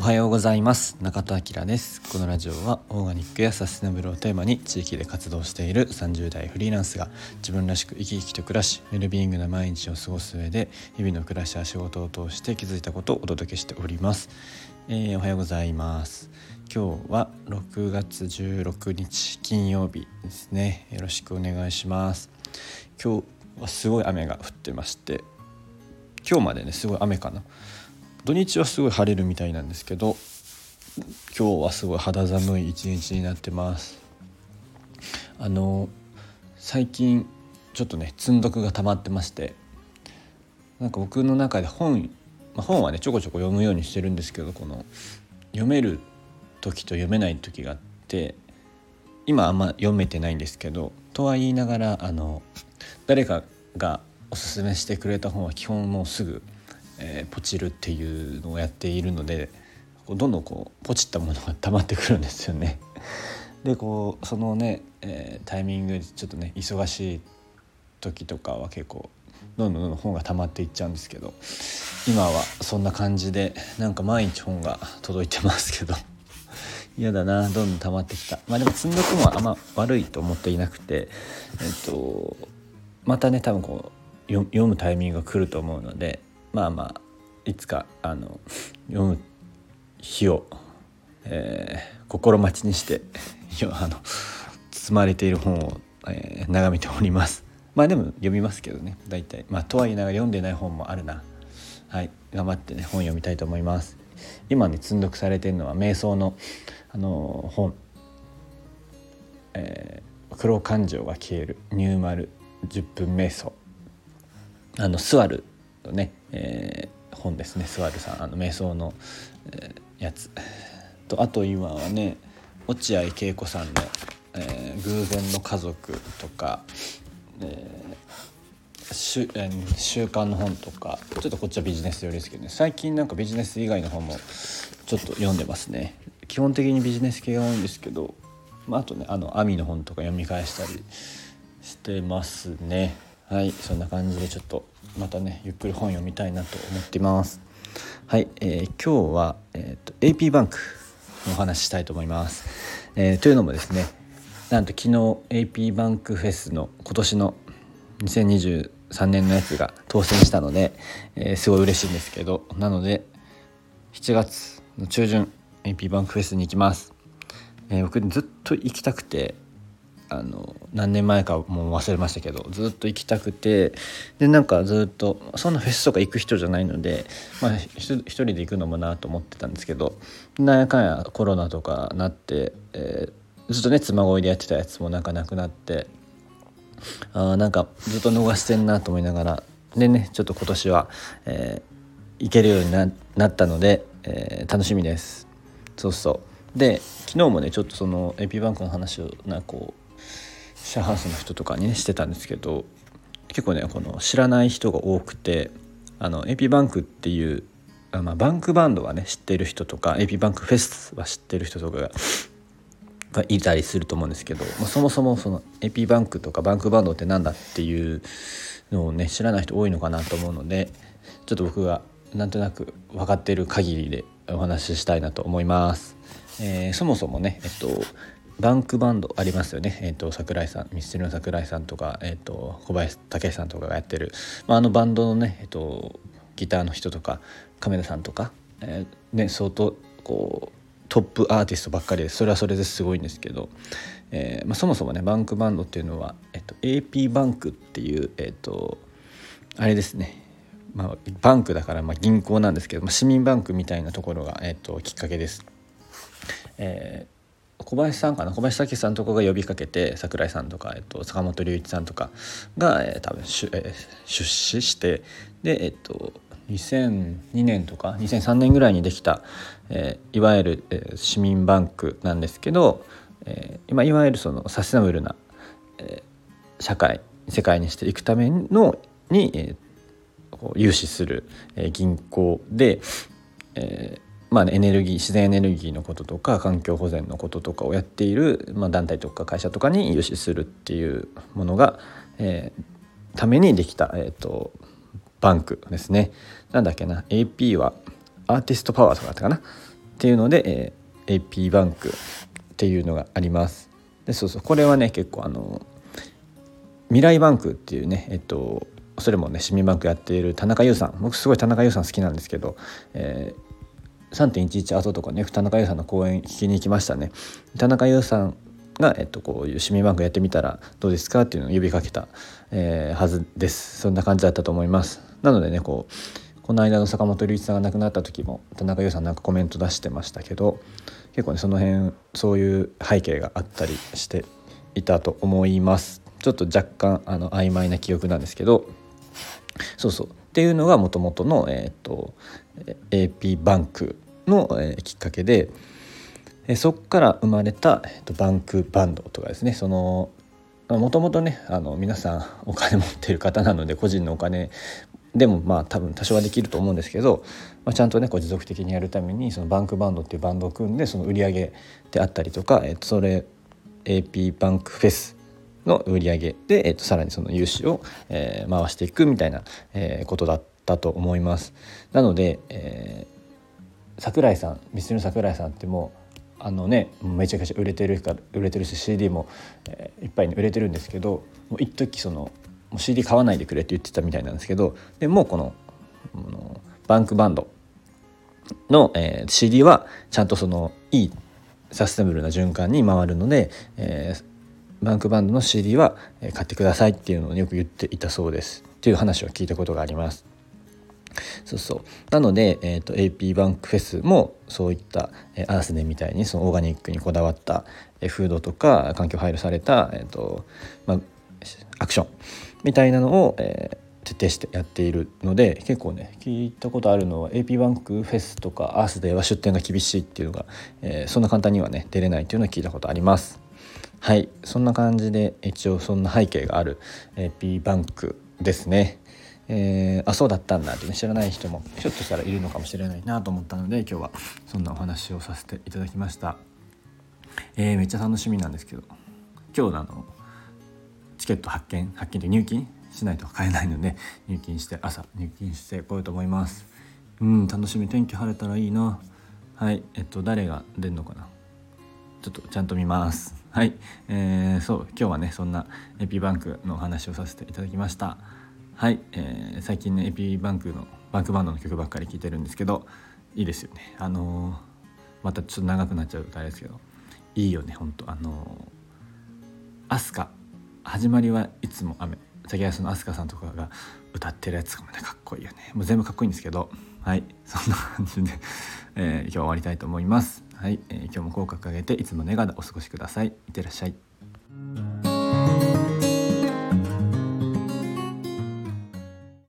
おはようございます。中田明です。このラジオはオーガニックやサステナブルをテーマに地域で活動している30代フリーランスが自分らしく生き生きと暮らしウェルビーイングな毎日を過ごす上で日々の暮らしや仕事を通して気づいたことをお届けしております。おはようございます。今日は6月16日金曜日ですね。よろしくお願いします。今日はすごい雨が降ってまして、今日までねすごい雨かな。土日はすごい晴れるみたいなんですけど、今日はすごい肌寒い一日になってます。最近ちょっとね積んどくが溜まってまして、なんか僕の中で本はねちょこちょこ読むようにしてるんですけど、この読める時と読めない時があって、今あんま読めてないんですけど、とは言いながら誰かがおすすめしてくれた本は基本もうすぐポチるっていうのをやっているので、どんどんポチったものが溜まってくるんですよね。でそのね、タイミングでちょっとね忙しい時とかは結構どんどん本が溜まっていっちゃうんですけど、今はそんな感じでなんか毎日本が届いてますけど嫌だな、どんどん溜まってきた。でも積んどくもあんま悪いと思っていなくて、またね多分読むタイミングが来ると思うので、いつか読む日を、心待ちにして包まれている本を、眺めております。でも読みますけどね、大体とはいえながら読んでない本もあるな。はい、頑張ってね本読みたいと思います。今ね積んどくされているのは瞑想の、本、黒感情が消えるニューマル10分瞑想、スワルのね、本ですね。スワルさん瞑想の、やつと、あと今はね落合恵子さんの、偶然の家族とか、習慣の本とか、ちょっとこっちはビジネス寄りですけどね、最近なんかビジネス以外の本もちょっと読んでますね。基本的にビジネス系が多いんですけど、あとねアミの本とか読み返したりしてますね。はい、そんな感じでちょっとまたねゆっくり本読みたいなと思っています。はい、今日は、AP バンクのお話ししたいと思います。というのもですね、なんと昨日 AP バンクフェスの今年の2023年のやつが当選したので、すごい嬉しいんですけど、なので7月の中旬 AP バンクフェスに行きます。僕ずっと行きたくて、何年前かもう忘れましたけどずっと行きたくて、でなんかずっとそんなフェスとか行く人じゃないので、一人で行くのもなと思ってたんですけど、なんやかんやコロナとかなって、ずっとね妻恋でやってたやつもなんかなくなって、なんかずっと逃してんなと思いながらでね、ちょっと今年は、行けるようになったので、楽しみです。そうで昨日もねちょっとその AP バンクの話をシェアハウスの人とかにねしてたんですけど、結構ねこの知らない人が多くて、AP バンクっていうバンクバンドはね知ってる人とか AP バンクフェスは知ってる人とかがいたりすると思うんですけど、そもそもその AP バンクとかバンクバンドってなんだっていうのをね知らない人多いのかなと思うので、ちょっと僕がなんとなく分かっている限りでお話ししたいなと思います。そもそもねバンクバンドありますよね。桜井さん、ミスチルの桜井さんとか、小林武史さんとかがやってる、バンドのね、ギターの人とか亀田さんとか、相当トップアーティストばっかりで、それはそれですごいんですけど、そもそもねバンクバンドっていうのは、AP バンクっていう、あれですね、バンクだから銀行なんですけど、市民バンクみたいなところが、きっかけです。小林武史さんとかが呼びかけて、桜井さんとか、坂本龍一さんとかが、多分出資して、で、2002年とか2003年ぐらいにできた、いわゆる、市民バンクなんですけど、いわゆるそのサステナブルな、世界にしていくためのに、融資する、銀行で、エネルギー、自然エネルギーのこととか環境保全のこととかをやっている、団体とか会社とかに融資するっていうものが、ためにできた、バンクですね。なんだっけな、AP はアーティストパワーとかだったかな。 っていうので、AP バンクっていうのがあります。でこれはね結構未来バンクっていうねそれもね市民バンクやっている田中優さん、僕すごい田中優さん好きなんですけど、3.11 後とかね田中優さんの講演聞きに行きましたね。田中優さんが、こういう市民バンクやってみたらどうですかっていうのを呼びかけた、はずです。そんな感じだったと思います。なのでねこの間の坂本龍一さんが亡くなった時も田中優さんなんかコメント出してましたけど、結構ねその辺そういう背景があったりしていたと思います。ちょっと若干曖昧な記憶なんですけど、っていうのがもともとの、AP バンクの、きっかけで、そこから生まれた、バンクバンドとかですね、もともとね皆さんお金持っている方なので個人のお金でも多分多少はできると思うんですけど、ちゃんとね持続的にやるためにそのバンクバンドっていうバンドを組んでその売り上げであったりとか、それ AP バンクフェスの売り上げで、さらにその融資を、回していくみたいな、ことだったと思います。なので、桜井さんミスチルの桜井さんってもうめちゃくちゃ売れてるし CD も、いっぱいに売れてるんですけど、もう一時もう CD 買わないでくれって言ってたみたいなんですけど、でもうこのバンクバンドの、CD はちゃんといいサステナブルな循環に回るので、バンクバンドの CD は買ってくださいっていうのをよく言っていたそうですっていう話を聞いたことがあります。なので、AP バンクフェスもそういったアースデンみたいにそのオーガニックにこだわったフードとか環境配慮された、アクションみたいなのを、徹底してやっているので、結構ね聞いたことあるのは AP バンクフェスとかアースデンは出店が厳しいっていうのが、そんな簡単にはね出れないっていうのを聞いたことあります。はい、そんな感じで一応そんな背景がある AP バンクですね。そうだったんだって、ね、知らない人もひょっとしたらいるのかもしれないなと思ったので今日はそんなお話をさせていただきました。めっちゃ楽しみなんですけど、今日のチケット発券で入金しないと買えないので朝入金してこようと思います。楽しみ。天気晴れたらいいな。はい、誰が出るのかな、ちょっとちゃんと見ます。はい、今日はねそんなエピバンクのお話をさせていただきました。はい、最近ねエピバンクのバンクバンドの曲ばっかり聴いてるんですけど、いいですよね。またちょっと長くなっちゃうとあれですけどいいよね、本当アスカ始まりはいつも雨、先ほどのアスカさんとかが歌ってるやつとかもねかっこいいよね。もう全部かっこいいんですけど、はい、そんな感じで、今日は終わりたいと思います。はい、今日も口角上げていつも笑顔でお過ごしください。いってらっしゃい。